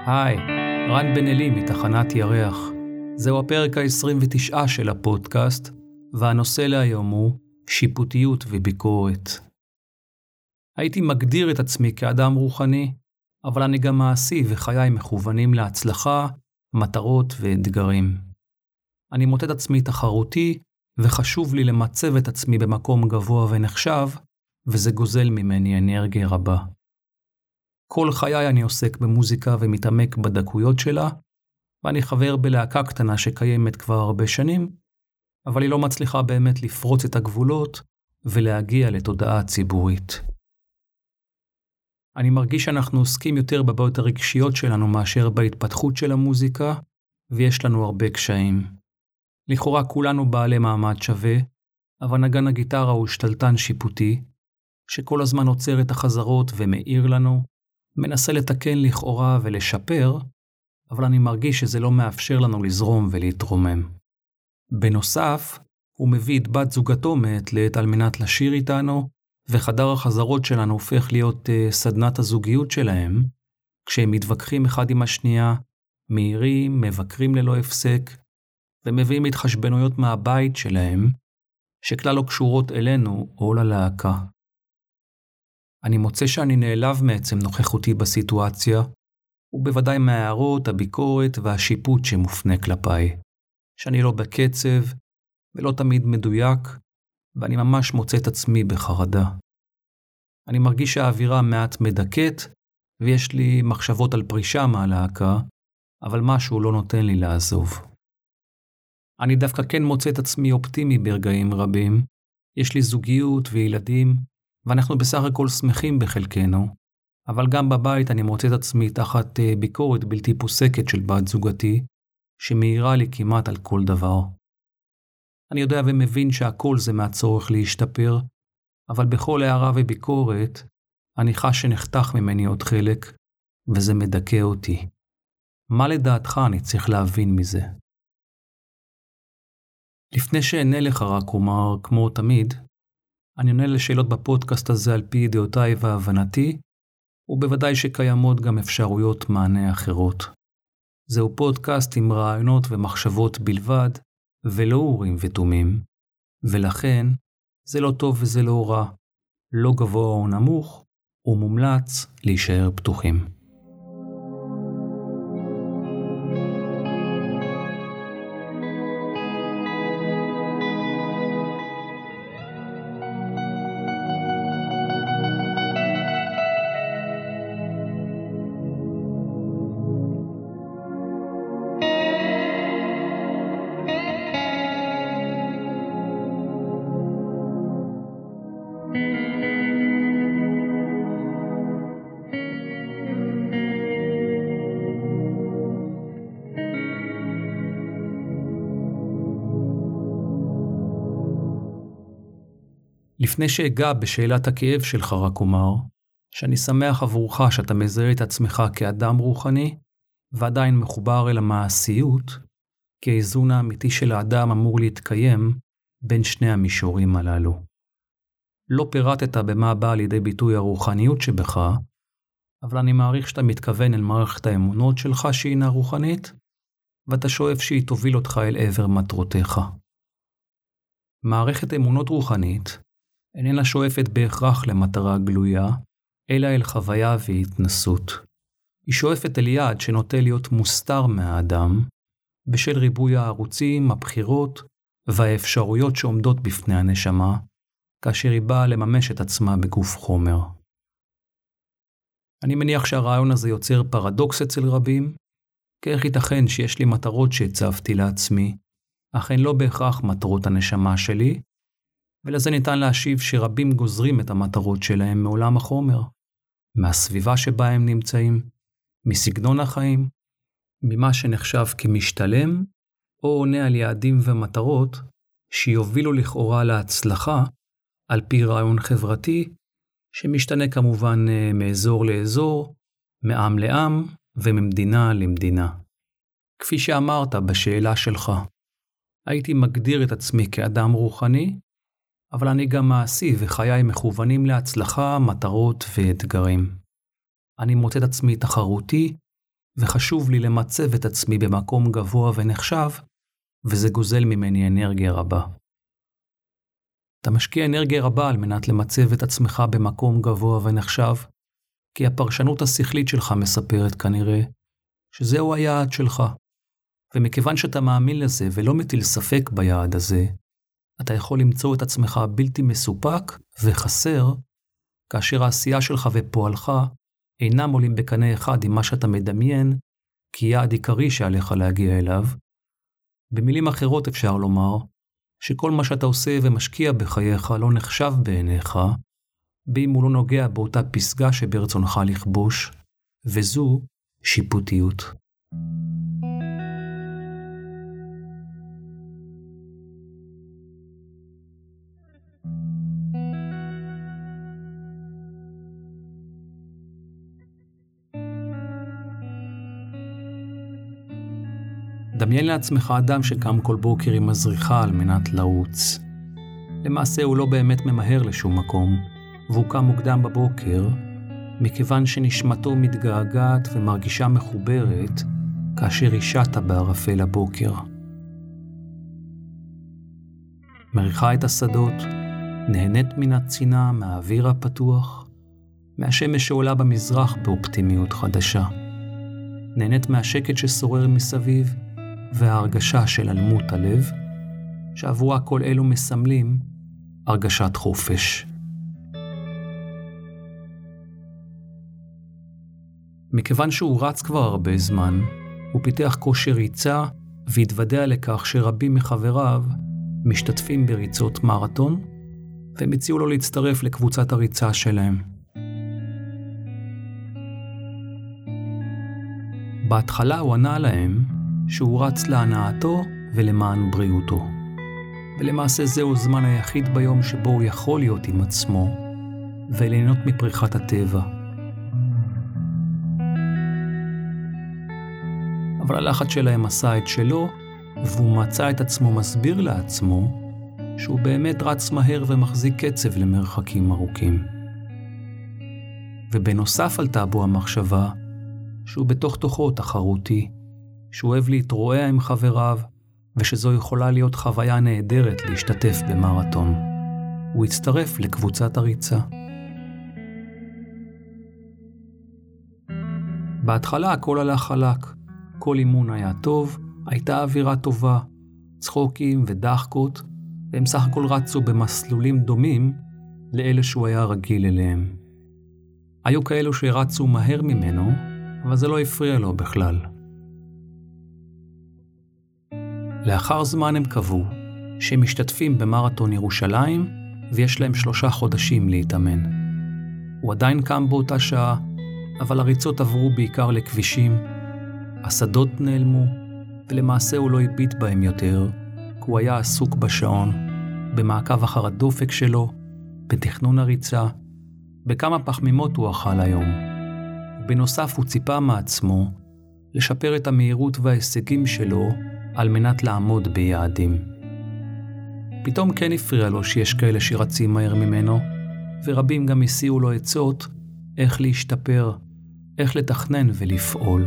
היי, רן בן אלי מתחנת ירח. זהו הפרק ה-29 של הפודקאסט, והנושא להיום הוא שיפוטיות וביקורת. הייתי מגדיר את עצמי כאדם רוחני, אבל אני גם מעשי וחיי מכוונים להצלחה, מטרות ואתגרים. אני מוצא את עצמי תחרותי, וחשוב לי למצב את עצמי במקום גבוה ונחשב, וזה גוזל ממני אנרגיה רבה. כל חיי אני עוסק במוזיקה ומתעמק בדקויות שלה, ואני חבר בלהקה קטנה שקיימת כבר הרבה שנים, אבל היא לא מצליחה באמת לפרוץ את הגבולות ולהגיע לתודעה ציבורית. אני מרגיש שאנחנו עוסקים יותר בבעיות הרגשיות שלנו מאשר בהתפתחות של המוזיקה, ויש לנו הרבה קשיים. לכאורה כולנו בעלי מעמד שווה, אבל נגן הגיטרה הוא שתלטן שיפוטי, שכל הזמן עוצר את החזרות ומאיר לנו, מנסה לתקן לכאורה ולשפר, אבל אני מרגיש שזה לא מאפשר לנו לזרום ולהתרומם. בנוסף, הוא מביא את בת זוגתו מעת לעת על מנת לשיר איתנו, וחדר החזרות שלנו הופך להיות סדנת הזוגיות שלהם, כשהם מתווכחים אחד עם השנייה, מהירים, מבקרים ללא הפסק, ומביאים התחשבנויות מהבית שלהם, שכלל לא קשורות אלינו או ללהקה. אני מוצא שאני נעלב מעצם נוכחותי בסיטואציה, ובוודאי מההערות, הביקורת והשיפוט שמופנה כלפיי, שאני לא בקצב ולא תמיד מדויק, ואני ממש מוצא את עצמי בחרדה. אני מרגיש שהאווירה מעט מדכאת, ויש לי מחשבות על פרישה מהלהקה, אבל משהו לא נותן לי לעזוב. אני דווקא כן מוצא את עצמי אופטימי ברגעים רבים, יש לי זוגיות וילדים, ואנחנו בסך הכל שמחים בחלקנו, אבל גם בבית אני מוצא את עצמי תחת ביקורת בלתי פוסקת של בת זוגתי, שמאירה לי כמעט על כל דבר. אני יודע ומבין שהכל זה מהצורך להשתפר, אבל בכל הערה וביקורת, אני חש שנחתך ממני עוד חלק, וזה מדכא אותי. מה לדעתך אני צריך להבין מזה? לפני שאענה לך רק אומר, כמו תמיד, אני עונה לשאלות בפודקאסט הזה על פי דעותיי והבנתי, ובוודאי שקיימות גם אפשרויות מענה אחרות. זהו פודקאסט עם רעיונות ומחשבות בלבד, ולא אורים ותומים, ולכן זה לא טוב וזה לא רע, לא גבוה או נמוך, ומומלץ להישאר פתוחים. לפני שאגע בשאלת הכאב שלך רק אומר, שאני שמח עבורך שאתה מזהה את עצמך כאדם רוחני, ועדיין מחובר אל המעשיות, כי האיזון האמיתי של האדם אמור להתקיים בין שני המישורים הללו. לא פירטת במה באה לידי ביטוי הרוחניות שבך, אבל אני מעריך שאתה מתכוון אל מערכת האמונות שלך שהינה רוחנית, ואתה שואף שהיא תוביל אותך אל עבר מטרותיך. מערכת אמונות רוחנית איננה שואפת בהכרח למטרה גלויה, אלא אל חוויה והתנסות. היא שואפת אל יעד שנוטה להיות מוסתר מהאדם, בשל ריבוי הערוצים, הבחירות והאפשרויות שעומדות בפני הנשמה, כאשר היא באה לממש את עצמה בגוף חומר. אני מניח שהרעיון הזה יוצר פרדוקס אצל רבים, כי איך ייתכן שיש לי מטרות שהצבתי לעצמי, אך הן לא בהכרח מטרות הנשמה שלי, ולזה ניתן להשיב שרבים גוזרים את המטרות שלהם מעולם החומר, מהסביבה שבה הם נמצאים, מסגנון החיים, ממה שנחשב כמשתלם, או עונה על יעדים ומטרות שיובילו לכאורה להצלחה על פי רעיון חברתי, שמשתנה כמובן מאזור לאזור, מעם לעם וממדינה למדינה. כפי שאמרת בשאלה שלך, הייתי מגדיר את עצמי כאדם רוחני, אבל אני גם מעשי וחיי מכוונים להצלחה, מטרות ואתגרים. אני מוצא את עצמי תחרותי, וחשוב לי למצב את עצמי במקום גבוה ונחשב, וזה גוזל ממני אנרגיה רבה. אתה משקיע אנרגיה רבה על מנת למצב את עצמך במקום גבוה ונחשב, כי הפרשנות השכלית שלך מספרת כנראה שזהו היעד שלך. ומכיוון שאתה מאמין לזה ולא מטיל ספק ביעד הזה, אתה יכול למצוא את עצמך בלתי מסופק וחסר, כאשר העשייה שלך ופועלך אינם עולים בקנה אחד עם מה שאתה מדמיין, כיעד עיקרי שעליך להגיע אליו. במילים אחרות אפשר לומר, שכל מה שאתה עושה ומשקיע בחייך לא נחשב בעיניך, אם הוא לא נוגע באותה פסגה שברצונך לכבוש, וזו שיפוטיות. דמיין לעצמך אדם שקם כל בוקר עם מזריחה על מנת לרוץ. למעשה הוא לא באמת ממהר לשום מקום, והוא קם מוקדם בבוקר, מכיוון שנשמתו מתגעגעת ומרגישה מחוברת כאשר אישת בערפל הבוקר. מריחה את השדות, נהנית מן הצינה, מהאוויר הפתוח, מהשמש שעולה במזרח באופטימיות חדשה. נהנית מהשקט ששורר מסביב, וההרגשה של אלמות הלב, שעבורה כל אלו מסמלים הרגשת חופש. מכיוון שהוא רץ כבר הרבה זמן, הוא פיתח כושר ריצה והתוודע לכך שרבים מחבריו משתתפים בריצות מרתון, והם הציעו לו להצטרף לקבוצת הריצה שלהם. בהתחלה הוא ענה להם שהוא רץ להנאתו ולמען בריאותו. ולמעשה זהו הזמן היחיד ביום שבו הוא יכול להיות עם עצמו וליהנות מפריחת הטבע. אבל הלחץ שלהם עשה את שלו, והוא מצא את עצמו מסביר לעצמו שהוא באמת רץ מהר ומחזיק קצב למרחקים ארוכים. ובנוסף עלתה בו המחשבה שהוא בתוך תוכו תחרותי, שהוא אוהב להתרועע עם חבריו, ושזו יכולה להיות חוויה נהדרת להשתתף במרתון. הוא הצטרף לקבוצת הריצה. בהתחלה הכל הלך חלק. כל אימון היה טוב, הייתה אווירה טובה, צחוקים ודחקות, והם סך הכל רצו במסלולים דומים לאלה שהוא היה רגיל אליהם. היו כאלו שרצו מהר ממנו, אבל זה לא הפריע לו בכלל. לאחר זמן הם קבעו שהם משתתפים במרתון ירושלים, ויש להם 3 חודשים להתאמן. הוא עדיין קם באותה שעה, אבל הריצות עברו בעיקר לכבישים, השדות נעלמו, ולמעשה הוא לא הביט בהם יותר, כי הוא היה עסוק בשעון, במעקב אחר הדופק שלו, בתכנון הריצה, בכמה פחמימות הוא אכל היום. בנוסף הוא ציפה מעצמו לשפר את המהירות וההישגים שלו על מנת לעמוד ביעדים. פתאום כן הפריע לו שיש כאלה שרצים מהר ממנו, ורבים גם הציעו לו עצות איך להשתפר, איך לתכנן ולפעול.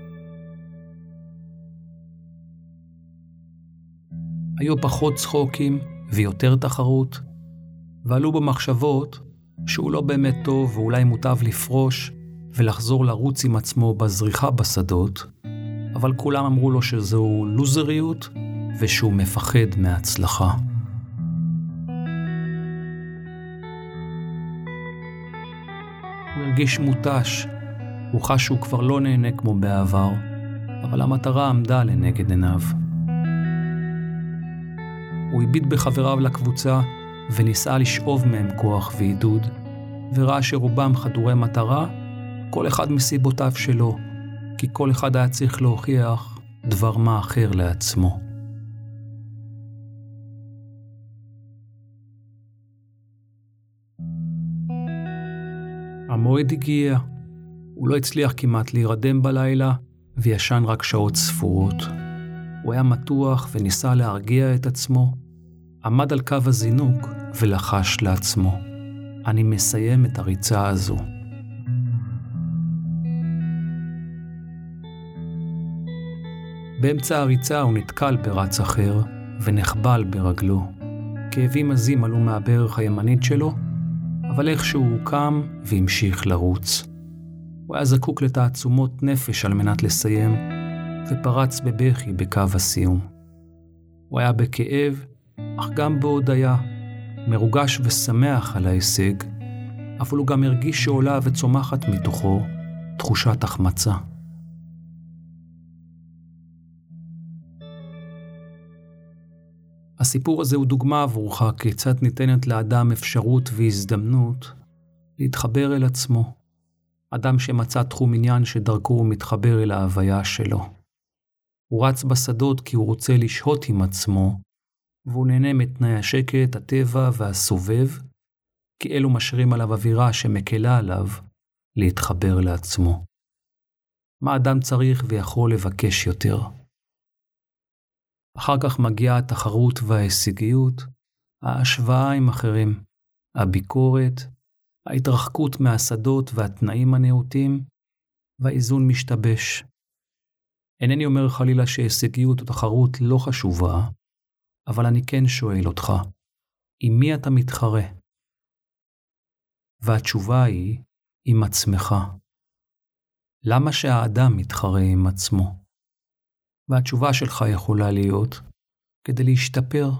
היו פחות צחוקים ויותר תחרות, ועלו במחשבות שהוא לא באמת טוב ואולי מוטב לפרוש ולחזור לרוץ עם עצמו בזריחה בשדות, אבל כולם אמרו לו שזהו לוזריות ושהוא מפחד מהצלחה. הוא הרגיש מוטש, הוא חש שהוא כבר לא נהנה כמו בעבר, אבל המטרה עמדה לנגד עיניו. הוא הביט בחבריו לקבוצה וניסה לשאוב מהם כוח ועידוד, וראה שרובם חדורי מטרה, כל אחד מסיבותיו שלו, כי כל אחד היה צריך להוכיח דבר מה אחר לעצמו. המועד הגיע. הוא לא הצליח כמעט להירדם בלילה, וישן רק שעות ספורות. הוא היה מתוח וניסה להרגיע את עצמו, עמד על קו הזינוק ולחש לעצמו, אני מסיים את הריצה הזו. באמצע הריצה הוא נתקל ברץ אחר ונחבל ברגלו. כאבים עזים עלו מהברך הימנית שלו, אבל איכשהו הוא קם והמשיך לרוץ. הוא היה זקוק לתעצומות נפש על מנת לסיים, ופרץ בבכי בקו הסיום. הוא היה בכאב, אך גם בהודיה, מרוגש ושמח על ההישג, אבל הוא גם הרגיש שעולה וצומחת מתוכו תחושת החמצה. הסיפור הזה הוא דוגמה עבורך כיצד ניתנת לאדם אפשרות והזדמנות להתחבר אל עצמו. אדם שמצא תחום עניין שדרכו הוא מתחבר אל ההוויה שלו. הוא רץ בשדות כי הוא רוצה לשהות עם עצמו, והוא נהנה מתנאי השקט, הטבע והסובב, כי אלו משרים עליו אווירה שמקלה עליו להתחבר לעצמו. מה אדם צריך ויכול לבקש יותר? אחר כך מגיעה התחרות וההישגיות, ההשוואה עם אחרים, הביקורת, ההתרחקות מהשדות והתנאים הנאותים, והאיזון משתבש. אינני אומר חלילה שהישגיות או תחרות לא חשובה, אבל אני כן שואל אותך, עם מי אתה מתחרה? והתשובה היא, עם עצמך. למה שהאדם מתחרה עם עצמו? והתשובה שלך יכולה להיות, כדי להשתפר.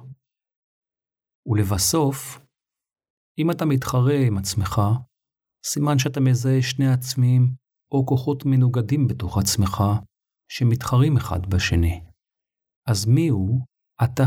ולבסוף, אם אתה מתחרה עם עצמך, סימן שאתה מזהה שני עצמים או כוחות מנוגדים בתוך עצמך, שמתחרים אחד בשני. אז מי הוא אתה?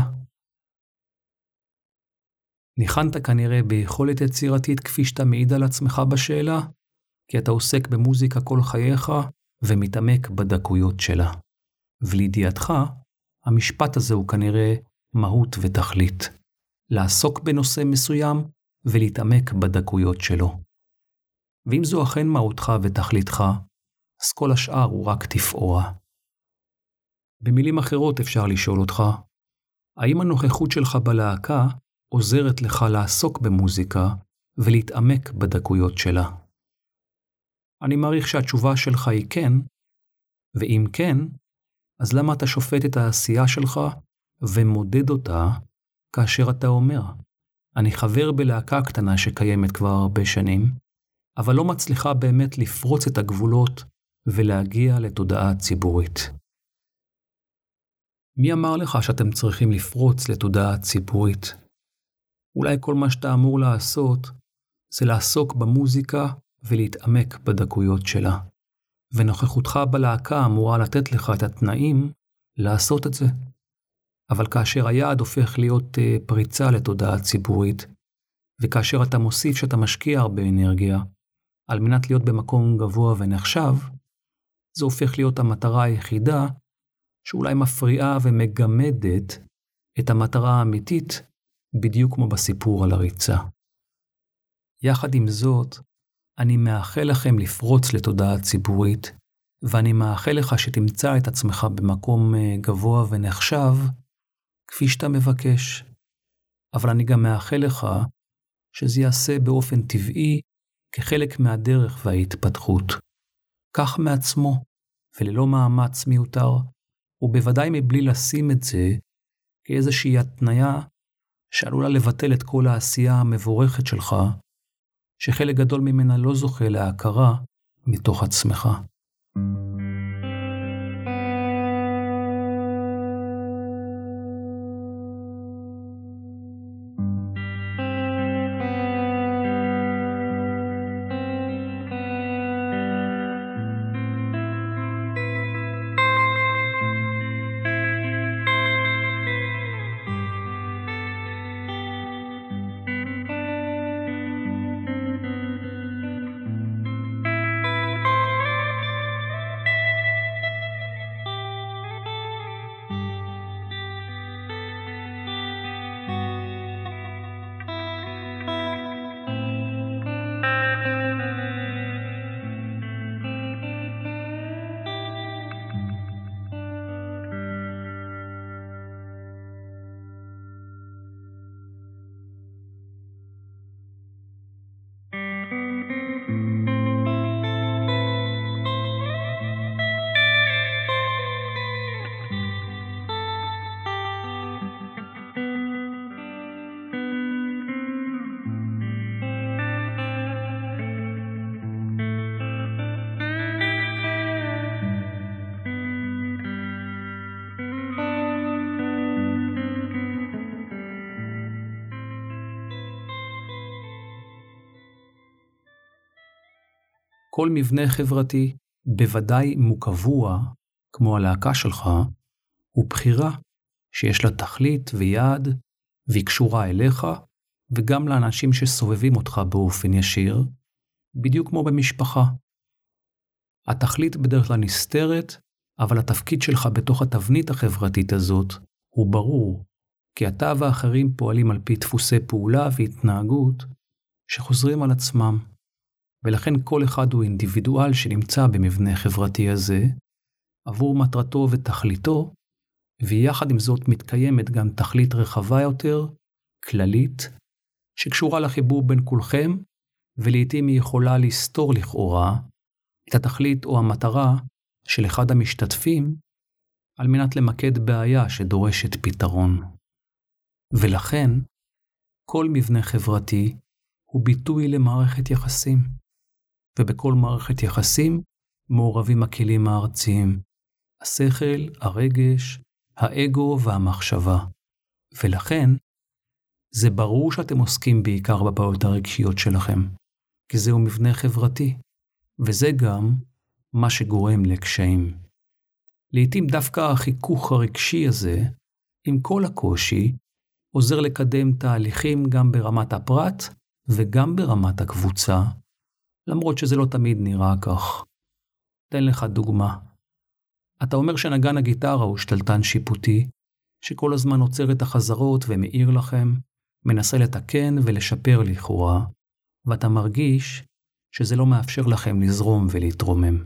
ניחנת כנראה ביכולת יצירתית כפי שאתה מעיד על עצמך בשאלה, כי אתה עוסק במוזיקה כל חייך ומתעמק בדקויות שלה. ולידיעתך, המשפט הזה הוא כנראה מהות ותכלית. לעסוק בנושא מסוים ולהתעמק בדקויות שלו. ואם זו אכן מהותך ותכליתך, אז כל השאר הוא רק תפאורה. במילים אחרות אפשר לשאול אותך, האם הנוכחות שלך בלהקה עוזרת לך לעסוק במוזיקה ולהתעמק בדקויות שלה? אני מעריך שהתשובה שלך היא כן, ואם כן, אז למה אתה שופט את העשייה שלך ומודד אותה כאשר אתה אומר, אני חבר בלהקה קטנה שקיימת כבר הרבה שנים, אבל לא מצליחה באמת לפרוץ את הגבולות ולהגיע לתודעה ציבורית. מי אמר לך שאתם צריכים לפרוץ לתודעה ציבורית? אולי כל מה שאתה אמור לעשות זה לעסוק במוזיקה ולהתעמק בדקויות שלה. ונוכחותך בלהקה אמורה לתת לך את התנאים לעשות את זה. אבל כאשר היעד הופך להיות פריצה לתודעה ציבורית, וכאשר אתה מוסיף שאתה משקיע הרבה אנרגיה, על מנת להיות במקום גבוה ונחשב, זה הופך להיות המטרה היחידה, שאולי מפריעה ומגמדת את המטרה האמיתית, בדיוק כמו בסיפור על הריצה. יחד עם זאת, אני מאחל לכם לפרוץ לתודעה ציבורית, ואני מאחל לך שתמצא את עצמך במקום גבוה ונחשב, כפי שאתה מבקש. אבל אני גם מאחל לך שזה יעשה באופן טבעי כחלק מהדרך וההתפתחות. כך מעצמו, וללא מאמץ מיותר, ובוודאי מבלי לשים את זה כאיזושהי התניה שעלולה לבטל את כל העשייה המבורכת שלך, שחלק גדול ממנה לא זוכה להכרה מתוך עצמך. כל מבנה חברתי, בוודאי אם הוא קבוע, כמו הלהקה שלך, הוא בחירה שיש לה תכלית ויעד, והיא קשורה אליך, וגם לאנשים שסובבים אותך באופן ישיר, בדיוק כמו במשפחה. התכלית בדרך כלל נסתרת, אבל התפקיד שלך בתוך התבנית החברתית הזאת הוא ברור, כי אתה ואחרים פועלים על פי דפוסי פעולה והתנהגות שחוזרים על עצמם, ולכן כל אחד הוא אינדיבידואל שנמצא במבנה חברתי הזה, עבור מטרתו ותכליתו, ויחד עם זאת מתקיימת גם תכלית רחבה יותר, כללית, שקשורה לחיבור בין כולכם, ולעיתים היא יכולה לסתור לכאורה את התכלית או המטרה של אחד המשתתפים, על מנת למקד בעיה שדורשת פתרון. ולכן, כל מבנה חברתי הוא ביטוי למערכת יחסים, ובכל מערכת יחסים מעורבים הכלים הארציים, השכל, הרגש, האגו והמחשבה. ולכן, זה ברור שאתם עוסקים בעיקר בבעיות הרגשיות שלכם, כי זהו מבנה חברתי, וזה גם מה שגורם לקשיים. לעתים דווקא החיכוך הרגשי הזה, עם כל הקושי, עוזר לקדם תהליכים גם ברמת הפרט וגם ברמת הקבוצה, למרות שזה לא תמיד נראה כך. תן לך דוגמה. אתה אומר שנגן הגיטרה הוא שתלטן שיפוטי, שכל הזמן עוצר את החזרות ומאיר לכם, מנסה לתקן ולשפר לכאורה, ואתה מרגיש שזה לא מאפשר לכם לזרום ולהתרומם.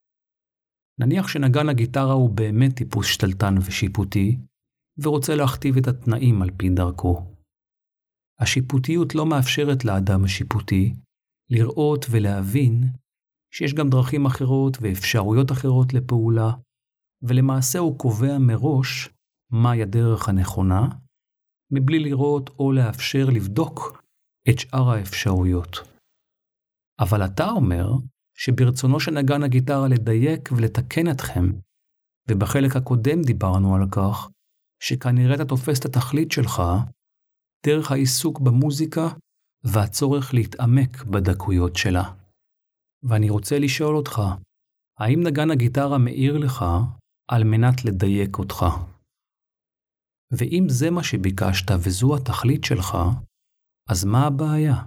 נניח שנגן הגיטרה הוא באמת טיפוס שתלטן ושיפוטי, ורוצה להכתיב את התנאים על פי דרכו. השיפוטיות לא מאפשרת לאדם השיפוטי לראות ולהבין שיש גם דרכים אחרות ואפשרויות אחרות לפעולה, ולמעשה הוא קובע מראש מהי הדרך הנכונה, מבלי לראות או לאפשר לבדוק את שאר האפשרויות. אבל אתה אומר שברצונו של נגן הגיטרה לדייק ולתקן אתכם, ובחלק הקודם דיברנו על כך, שכנראה אתה תופס את התכלית שלך דרך העיסוק במוזיקה והצורך להתעמק בדקויות שלה. ואני רוצה לשאול אותך, האם נגן הגיטרה מאיר לך על מנת לדייק אותך? ואם זה מה שביקשת וזו התכלית שלך, אז מה הבעיה?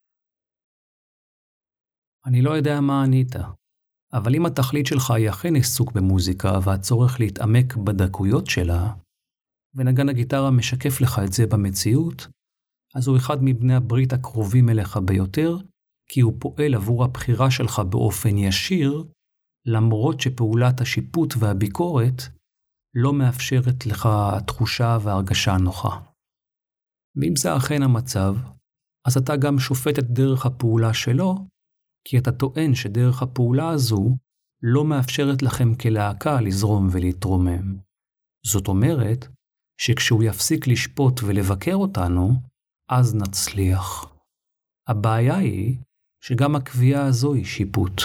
אני לא יודע מה ענית, אבל אם התכלית שלך היא אכן עיסוק במוזיקה והצורך להתעמק בדקויות שלה, ונגן הגיטרה משקף לך את זה במציאות, אז הוא אחד מבני הברית הקרובים אליך ביותר, כי הוא פועל עבור הבחירה שלך באופן ישיר, למרות שפעולת השיפוט והביקורת לא מאפשרת לך התחושה וההרגשה הנוחה. ואם זה אכן המצב, אז אתה גם שופט את דרך הפעולה שלו, כי אתה טוען שדרך הפעולה הזו לא מאפשרת לכם כלהקה לזרום ולהתרומם. זאת אומרת, שכשהוא יפסיק לשפוט ולבקר אותנו, אז נצליח. הבעיה היא שגם הקביעה הזו היא שיפוט.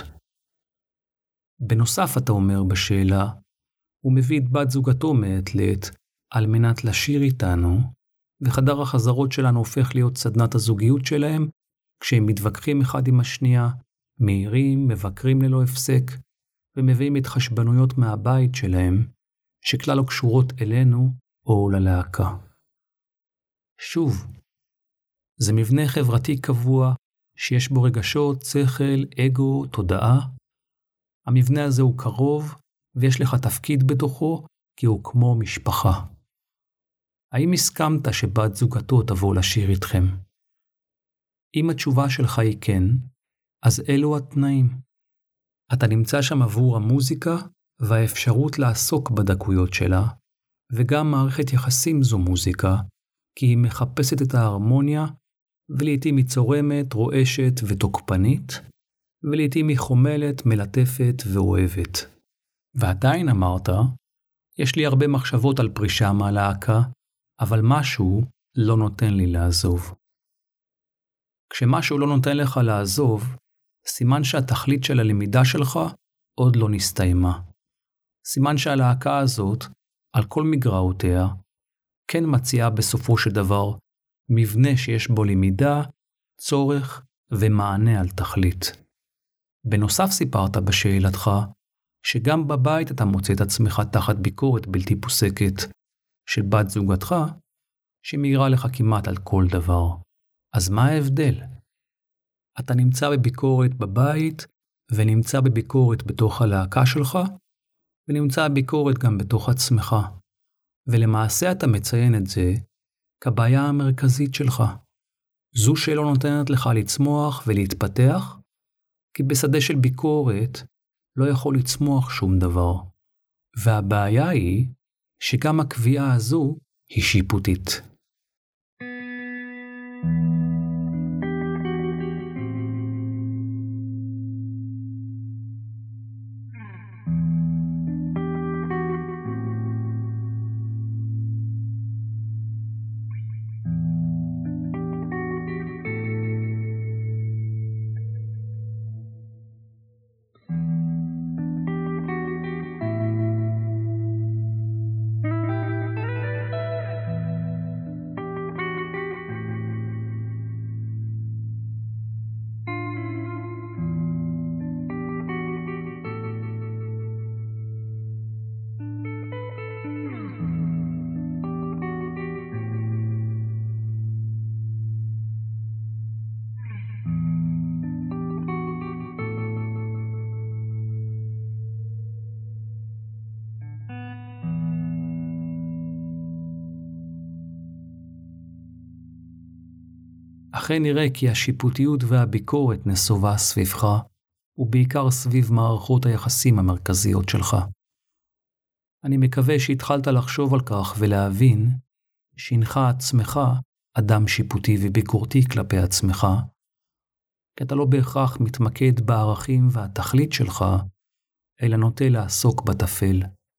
בנוסף אתה אומר בשאלה, הוא מביא את בת זוגתו מעת לעת על מנת לשיר איתנו, וחדר החזרות שלנו הופך להיות סדנת הזוגיות שלהם, כשהם מתווכחים אחד עם השנייה, מהירים, מבקרים ללא הפסק, ומביאים התחשבנויות מהבית שלהם, שכלל לא קשורות אלינו או ללהקה. שוב, זה מבנה חברתי קבוע, שיש בו רגשות, שכל, אגו, תודעה. המבנה הזה הוא קרוב, ויש לך תפקיד בתוכו, כי הוא כמו משפחה. האם הסכמת שבת זוגתו תבוא לשיר איתכם? אם התשובה שלך היא כן, אז אלו התנאים. אתה נמצא שם עבור המוזיקה והאפשרות לעסוק בדקויות שלה, וגם מערכת יחסים זו מוזיקה, כי היא מחפשת את ההרמוניה, ולעיתים היא צורמת, רועשת ותוקפנית, ולעיתים היא חומלת, מלטפת ואוהבת. ועדיין אמרת, יש לי הרבה מחשבות על פרישה מהלהקה, אבל משהו לא נותן לי לעזוב. כשמשהו לא נותן לך לעזוב, סימן שהתכלית של הלמידה שלך עוד לא נסתיימה. סימן שהלהקה הזאת, על כל מגרעותיה, כן מציעה בסופו של דבר מבנה שיש בו למידה, צורך ומענה על תכלית. בנוסף סיפרת בשאלתך שגם בבית אתה מוצא את עצמך תחת ביקורת בלתי פוסקת של בת זוגתך שמעירה לך כמעט על כל דבר. אז מה ההבדל? אתה נמצא בביקורת בבית ונמצא בביקורת בתוך הלהקה שלך ונמצא בביקורת גם בתוך עצמך. ולמעשה אתה מציין את זה כבעיה המרכזית שלך. זו שלא נותנת לך לצמוח ולהתפתח, כי בשדה של ביקורת לא יכול לצמוח שום דבר. והבעיה היא שגם הקביעה הזו היא שיפוטית. אכן נראה כי השיפוטיות והביקורת נסובה סביבך, ובעיקר סביב מערכות היחסים המרכזיות שלך. אני מקווה שהתחלת לחשוב על כך ולהבין שהנך עצמך אדם שיפוטי וביקורתי כלפי עצמך, כי אתה לא בהכרח מתמקד בערכים והתכלית שלך, אלא נוטה לעסוק בטפל.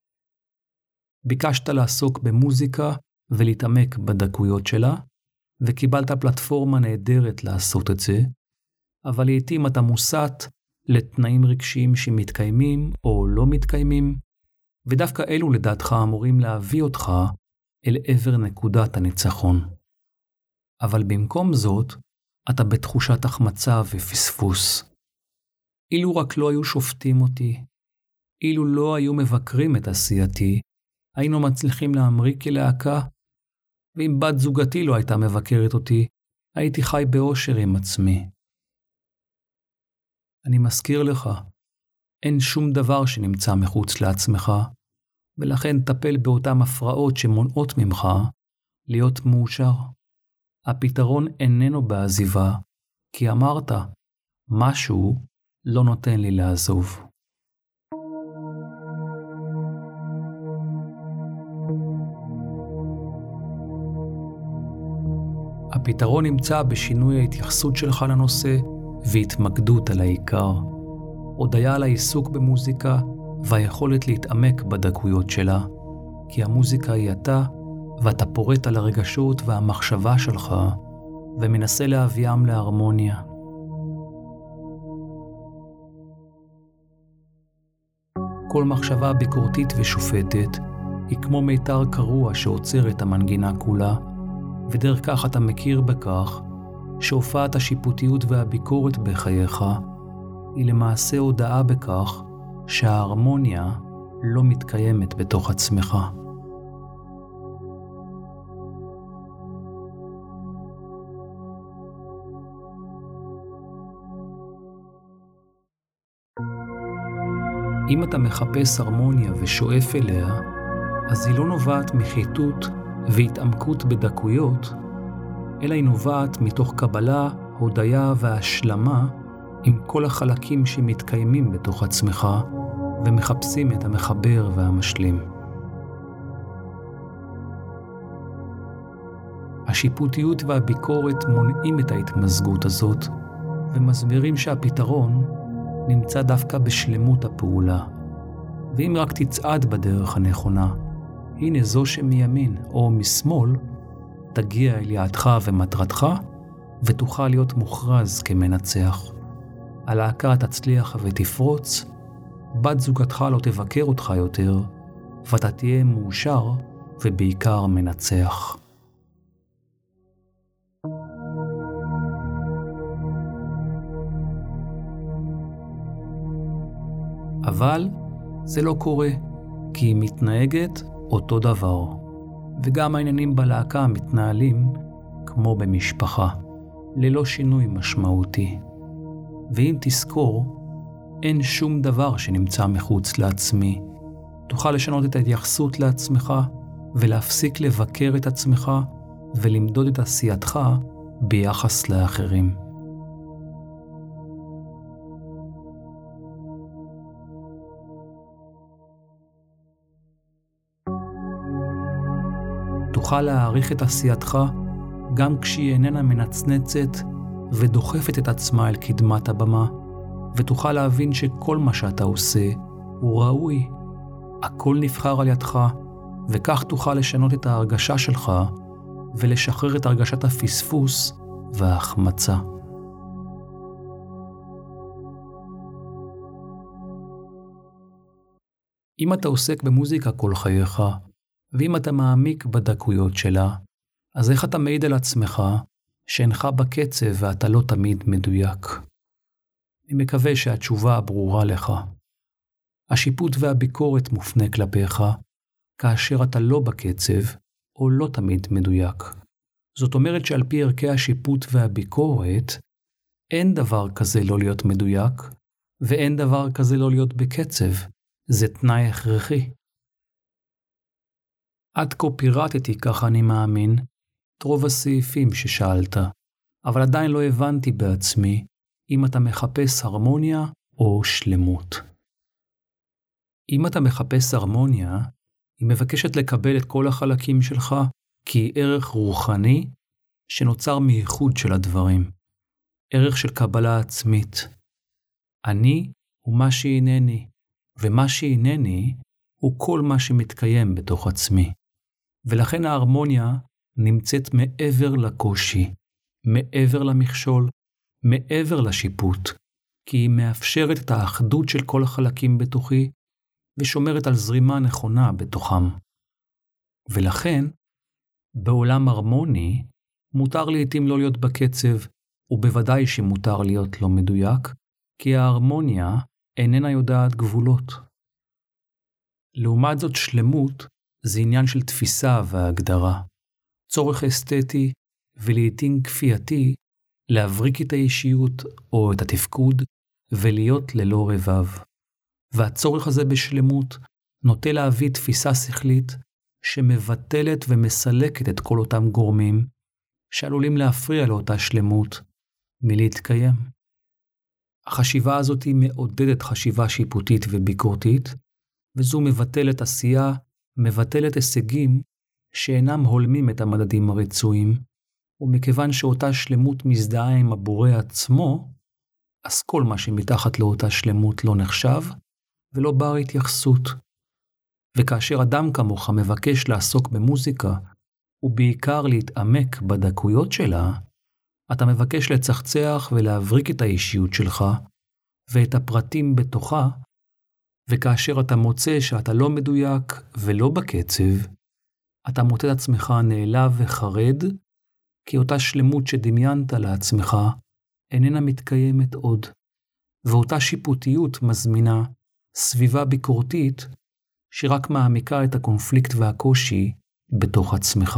ביקשת לעסוק במוזיקה ולהתעמק בדקויות שלה, וקיבלת פלטפורמה נהדרת לעשות את זה, אבל לעתים אתה מוסט לתנאים רגשיים שמתקיימים או לא מתקיימים, ודווקא אלו לדעתך אמורים להביא אותך אל עבר נקודת הניצחון. אבל במקום זאת, אתה בתחושת החמצה ופספוס. אילו רק לא היו שופטים אותי, אילו לא היו מבקרים את עשייתי, היינו מצליחים להמריא כלהקה, ואם בת זוגתי לא הייתה מבקרת אותי, הייתי חי באושר עם עצמי. אני מזכיר לך, אין שום דבר שנמצא מחוץ לעצמך, ולכן טפל באותן הפרעות שמונעות ממך להיות מאושר. הפתרון איננו בעזיבה, כי אמרת, משהו לא נותן לי לעזוב. הפתרון נמצא בשינוי ההתייחסות שלך לנושא והתמקדות על העיקר. הודיה על העיסוק במוזיקה והיכולת להתעמק בדקויות שלה, כי המוזיקה היא אתה, ואתה פורט על הרגשות והמחשבה שלך, ומנסה להביאם להרמוניה. כל מחשבה ביקורתית ושופטת היא כמו מיתר קרוע שעוצר את המנגינה כולה, ודרך כך אתה מכיר בכך שהופעת השיפוטיות והביקורת בחייך היא למעשה הודעה בכך שההרמוניה לא מתקיימת בתוך עצמך. אם אתה מחפש הרמוניה ושואף אליה, אז היא לא נובעת מחיתות והתעמקות בדקויות, אלא היא נובעת מתוך קבלה, הודיה והשלמה עם כל החלקים שמתקיימים בתוך עצמך ומחפשים את המחבר והמשלים. השיפוטיות והביקורת מונעים את ההתמזגות הזאת ומסבירים שהפתרון נמצא דווקא בשלמות הפעולה. ואם רק תצעד בדרך הנכונה, הנה זו שמימין או משמאל, תגיע אל יעדך ומטרתך, ותוכל להיות מוכרז כמנצח. הלהקה תצליח ותפרוץ, בת זוגתך לא תבקר אותך יותר, ואתה תהיה מאושר ובעיקר מנצח. אבל זה לא קורה, כי היא מתנהגת אותו דבר. וגם העניינים בלהקה מתנהלים כמו במשפחה, ללא שינוי משמעותי. ואם תזכור, אין שום דבר שנמצא מחוץ לעצמי. תוכל לשנות את ההתייחסות לעצמך, ולהפסיק לבקר את עצמך, ולמדוד את עשייתך ביחס לאחרים. תוכל להעריך את עשייתך גם כשהיא איננה מנצנצת ודוחפת את עצמה אל קדמת הבמה, ותוכל להבין שכל מה שאתה עושה הוא ראוי, הכל נבחר על ידך, וכך תוכל לשנות את ההרגשה שלך ולשחרר את הרגשת הפספוס וההחמצה. אם אתה עוסק במוזיקה כל חייך, ואם אתה מעמיק בדקויות שלה, אז איך אתה מעיד על עצמך שאינך בקצב ואתה לא תמיד מדויק? אני מקווה שהתשובה ברורה לך. השיפוט והביקורת מופנה כלפיך, כאשר אתה לא בקצב או לא תמיד מדויק. זאת אומרת שעל פי ערכי השיפוט והביקורת, אין דבר כזה לא להיות מדויק, ואין דבר כזה לא להיות בקצב. זה תנאי הכרחי. עד כה פירטתי, ככה אני מאמין, את רוב הסעיפים ששאלת, אבל עדיין לא הבנתי בעצמי אם אתה מחפש הרמוניה או שלמות. אם אתה מחפש הרמוניה, היא מבקשת לקבל את כל החלקים שלך כי ערך רוחני שנוצר מייחוד של הדברים, ערך של קבלה עצמית. אני הוא מה שהינני, ומה שהינני הוא כל מה שמתקיים בתוך עצמי. ולכן ההרמוניה נמצאת מעבר לקושי, מעבר למכשול, מעבר לשיפוט, כי היא מאפשרת את האחדות של כל החלקים בתוכי, ושומרת על זרימה נכונה בתוכם. ולכן, בעולם הרמוני, מותר לעתים לא להיות בקצב, ובוודאי שמותר להיות לא מדויק, כי ההרמוניה איננה יודעת גבולות. לעומת זאת, שלמות זה עניין של תפיסה והגדרה, צורך אסתטי ולעתים כפייתי להבריק את האישיות או את התפקוד ולהיות ללא רבב. והצורך הזה בשלמות נוטה להביא תפיסה שכלית שמבטלת ומסלקת את כל אותם גורמים שעלולים להפריע לאותה שלמות מלהתקיים. החשיבה הזאת היא מעודדת חשיבה שיפוטית וביקורתית, וזו מבטלת עשייה, מבטלת הישגים שאינם הולמים את המדדים הרצויים, ומכיוון שאותה שלמות מזדהה עם הבורא עצמו, אז כל מה שמתחת לאותה שלמות לא נחשב ולא בר התייחסות. וכאשר אדם כמוך מבקש לעסוק במוזיקה, ובעיקר להתעמק בדקויות שלה, אתה מבקש לצחצח ולהבריק את האישיות שלך ואת הפרטים בתוכה, וכאשר אתה מוצא שאתה לא מדויק ולא בקצב, אתה מוצא את עצמך נעלב וחרד, כי אותה שלמות שדמיינת לעצמך איננה מתקיימת עוד, ואותה שיפוטיות מזמינה סביבה ביקורתית שרק מעמיקה את הקונפליקט והקושי בתוך עצמך.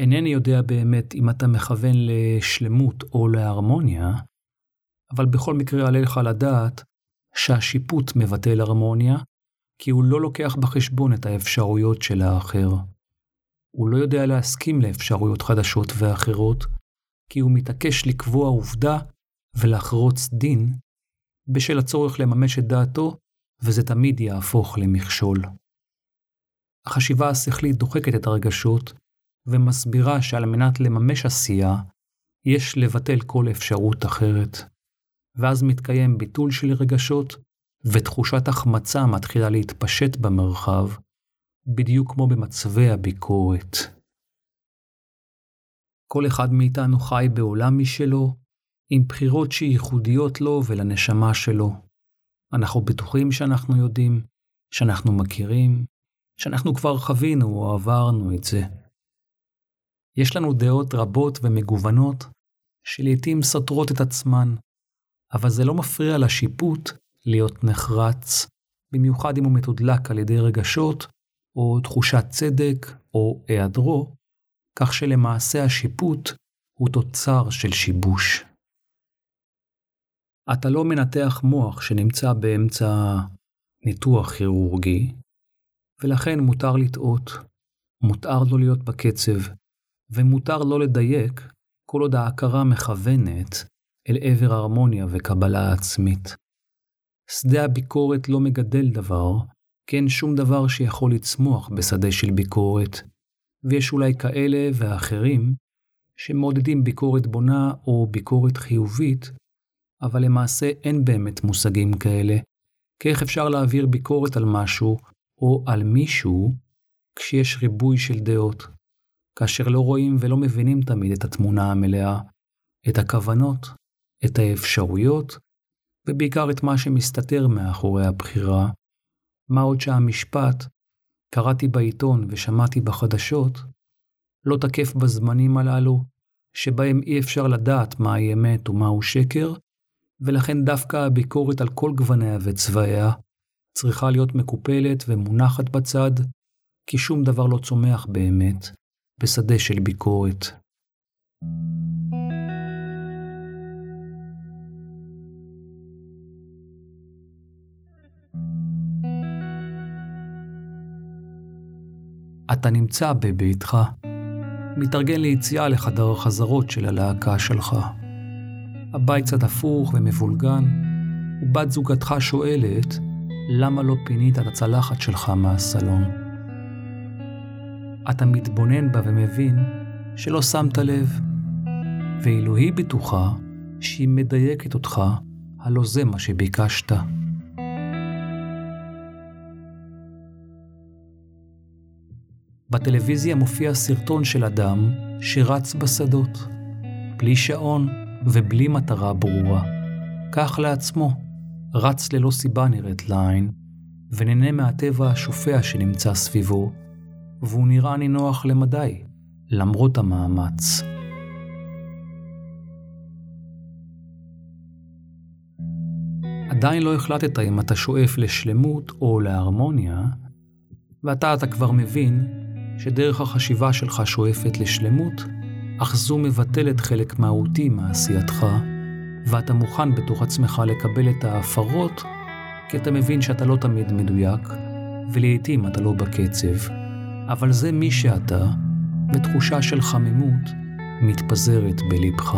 אינני יודע באמת אם אתה מכוון לשלמות או להרמוניה, אבל בכל מקרה עלה לך לדעת שהשיפוט מבטל הרמוניה, כי הוא לא לוקח בחשבון את האפשרויות של האחר. הוא לא יודע להסכים לאפשרויות חדשות ואחרות, כי הוא מתעקש לקבוע עובדה ולחרוץ דין, בשל הצורך לממש את דעתו, וזה תמיד יהפוך למכשול. החשיבה השכלית דוחקת את הרגשות, ומסבירה שעל מנת לממש עשייה, יש לבטל כל אפשרות אחרת. ואז מתקיים ביטול של רגשות, ותחושת החמצה מתחילה להתפשט במרחב, בדיוק כמו במצבי הביקורת. כל אחד מאיתנו חי בעולם משלו, עם בחירות שייחודיות לו ולנשמה שלו. אנחנו בטוחים שאנחנו יודעים, שאנחנו מכירים, שאנחנו כבר חווינו או עברנו את זה. יש לנו דעות רבות ומגוונות, שלעיתים סותרות את עצמן, אבל זה לא מפריע לשיפוט להיות נחרץ, במיוחד אם הוא מתודלק על ידי רגשות, או תחושת צדק, או היעדרו, כך שלמעשה השיפוט הוא תוצר של שיבוש. אתה לא מנתח מוח שנמצא באמצע ניתוח כירורגי, ולכן מותר לטעות, מותר לא להיות בקצב, ומותר לא לדייק כל עוד ההכרה מכוונת אל עבר הרמוניה וקבלה עצמית. שדה הביקורת לא מגדל דבר, כי אין שום דבר שיכול לצמוח בשדה של ביקורת, ויש אולי כאלה ואחרים שמעודדים ביקורת בונה או ביקורת חיובית, אבל למעשה אין באמת מושגים כאלה, כי איך אפשר להעביר ביקורת על משהו או על מישהו כשיש ריבוי של דעות, כאשר לא רואים ולא מבינים תמיד את התמונה המלאה, את הכוונות, את האפשרויות, ובעיקר את מה שמסתתר מאחורי הבחירה. מה עוד שהמשפט, קראתי בעיתון ושמעתי בחדשות, לא תקף בזמנים הללו, שבהם אי אפשר לדעת מהי אמת ומהו שקר, ולכן דווקא הביקורת על כל גווניה וצבעיה צריכה להיות מקופלת ומונחת בצד, כי שום דבר לא צומח באמת בשדה של ביקורת. אתה נמצא בביתך, מתארגן ליציאה לחדר החזרות של הלהקה שלך. הבית קצת הפוך ומבולגן, ובת זוגתך שואלת למה לא פינית את הצלחת שלך מהסלון. אתה מתבונן בה ומבין שלא שמת לב, ואילו היא בטוחה שהיא מדייקת אותך, הלא זה מה שביקשת. בטלוויזיה מופיע סרטון של אדם שרץ בשדות, בלי שעון ובלי מטרה ברורה. כך לעצמו, רץ ללא סיבה נראית לעין, ונהנה מהטבע השופע שנמצא סביבו, והוא נראה נינוח למדי, למרות המאמץ. עדיין לא החלטת אם אתה שואף לשלמות או להרמוניה, ואתה כבר מבין שדרך החשיבה שלך שואפת לשלמות, אך זו מבטלת חלק מהותי מעשייתך, ואתה מוכן בתוך עצמך לקבל את ההפרות, כי אתה מבין שאתה לא תמיד מדויק, ולעיתים אתה לא בקצב, אבל זה מי שאתה, ותחושה של חמימות מתפזרת בלבך.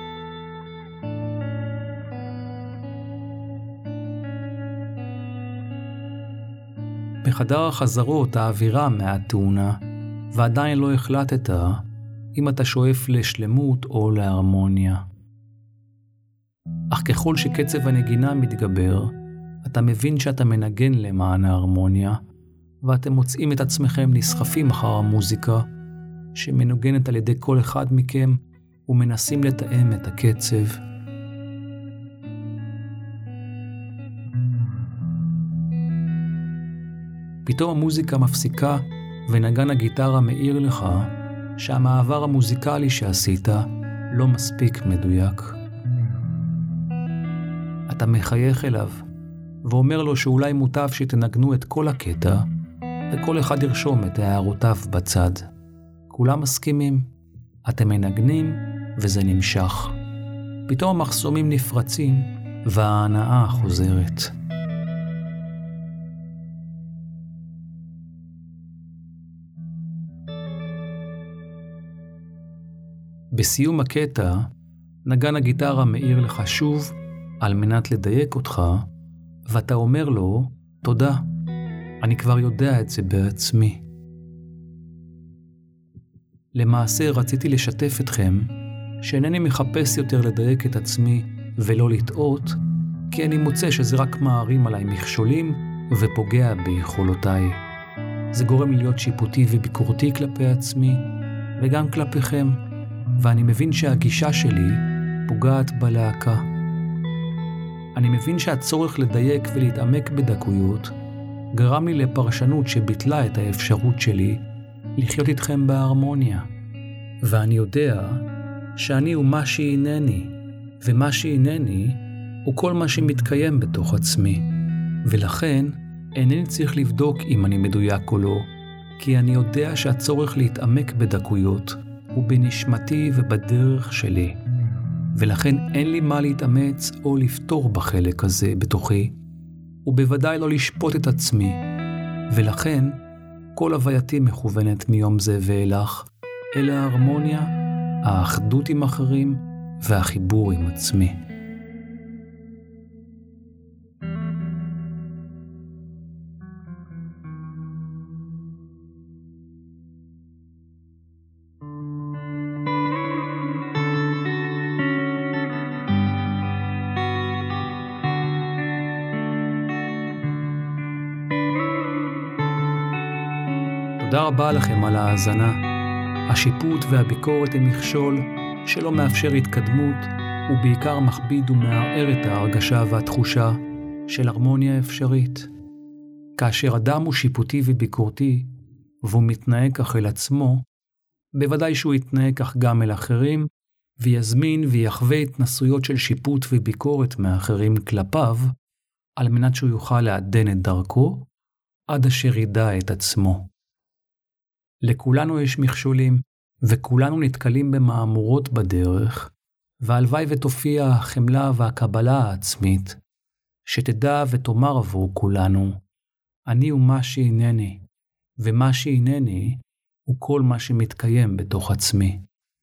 בחדר החזרות האווירה מהתאונה, ועדיין לא החלטת אם אתה שואף לשלמות או להרמוניה. אך ככל שקצב הנגינה מתגבר, אתה מבין שאתה מנגן למען ההרמוניה, ואתם מוצאים את עצמכם נסחפים אחר המוזיקה, שמנוגנת על ידי כל אחד מכם, ומנסים לתאם את הקצב. פתאום המוזיקה מפסיקה, ונגן הגיטרה מאיר לך שהמעבר המוזיקלי שעשית לא מספיק מדויק. אתה מחייך אליו, ואומר לו שאולי מוטב שתנגנו את כל הקטע, וכל אחד ירשום את הערותיו בצד. כולם מסכימים. אתם מנגנים וזה נמשך. פתאום המחסומים נפרצים וההנאה חוזרת. בסיום הקטע, נגן הגיטרה מאיר לך שוב על מנת לדייק אותך, ואתה אומר לו, תודה, אני כבר יודע את זה בעצמי. למעשה רציתי לשתף אתכם שאינני מחפש יותר לדייק את עצמי ולא לטעות, כי אני מוצא שזה רק מערים עליי מכשולים ופוגע ביכולותיי. זה גורם לי להיות שיפוטי וביקורתי כלפי עצמי וגם כלפיכם, ואני מבין שהגישה שלי פוגעת בלהקה. אני מבין שהצורך לדייק ולהתעמק בדקויות גרם לי לפרשנות שביטלה את האפשרות שלי לחיות איתכם בהרמוניה. ואני יודע שאני הוא מה שהינני, ומה שהינני הוא כל מה שמתקיים בתוך עצמי. ולכן אינני צריך לבדוק אם אני מדויק או לא, כי אני יודע שהצורך להתעמק בדקויות הוא בנשמתי ובדרך שלי. ולכן אין לי מה להתאמץ או לפתור בחלק הזה בתוכי, ובוודאי לא לשפוט את עצמי. ולכן כל הווייתי מכוונת מיום זה ואילך אל ההרמוניה, האחדות עם אחרים והחיבור עם עצמי. תודה רבה לכם על ההאזנה. השיפוט והביקורת הם מכשול שלא מאפשר התקדמות, ובעיקר מכביד ומערער את ההרגשה והתחושה של הרמוניה אפשרית. כאשר אדם הוא שיפוטי וביקורתי, והוא מתנהג כך אל עצמו, בוודאי שהוא יתנהג כך גם אל אחרים, ויזמין ויחווה התנסויות של שיפוט וביקורת מאחרים כלפיו, על מנת שהוא יוכל לעדן את דרכו, עד אשר ידע את עצמו. לכולנו יש מכשולים, וכולנו נתקלים במאמורות בדרך, והלוואי ותופיע החמלה והקבלה העצמית, שתדע ותאמר עבור כולנו, אני הוא מה שהינני, ומה שהינני הוא כל מה שמתקיים בתוך עצמי.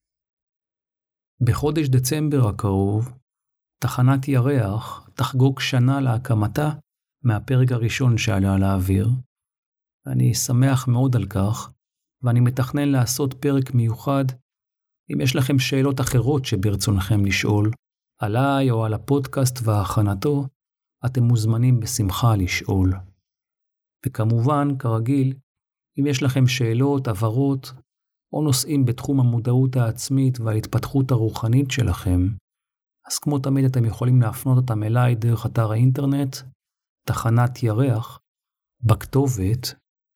בחודש דצמבר הקרוב, תחנת ירח תחגוג שנה להקמתה מהפרק הראשון שעלה לאוויר. אני שמח מאוד על כך, ואני מתכנן לעשות פרק מיוחד. אם יש לכם שאלות אחרות שברצונכם לשאול, עליי או על הפודקאסט והכנתו, אתם מוזמנים בשמחה לשאול. וכמובן, כרגיל, אם יש לכם שאלות, הבהרות, או נושאים בתחום המודעות העצמית וההתפתחות הרוחנית שלכם, אז כמו תמיד אתם יכולים להפנות אותם אליי דרך אתר האינטרנט, תחנת ירח, בכתובת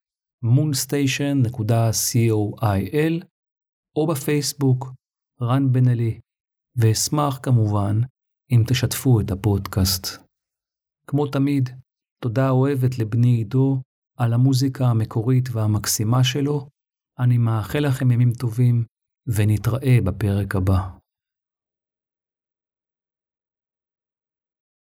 moonstation.coil, או בפייסבוק, רן בן אלי, ואשמח כמובן אם תשתפו את הפודקאסט. כמו תמיד, תודה אוהבת לבני עידו על המוזיקה המקורית והמקסימה שלו. אני מאחל לכם ימים טובים ונתראה בפרק הבא.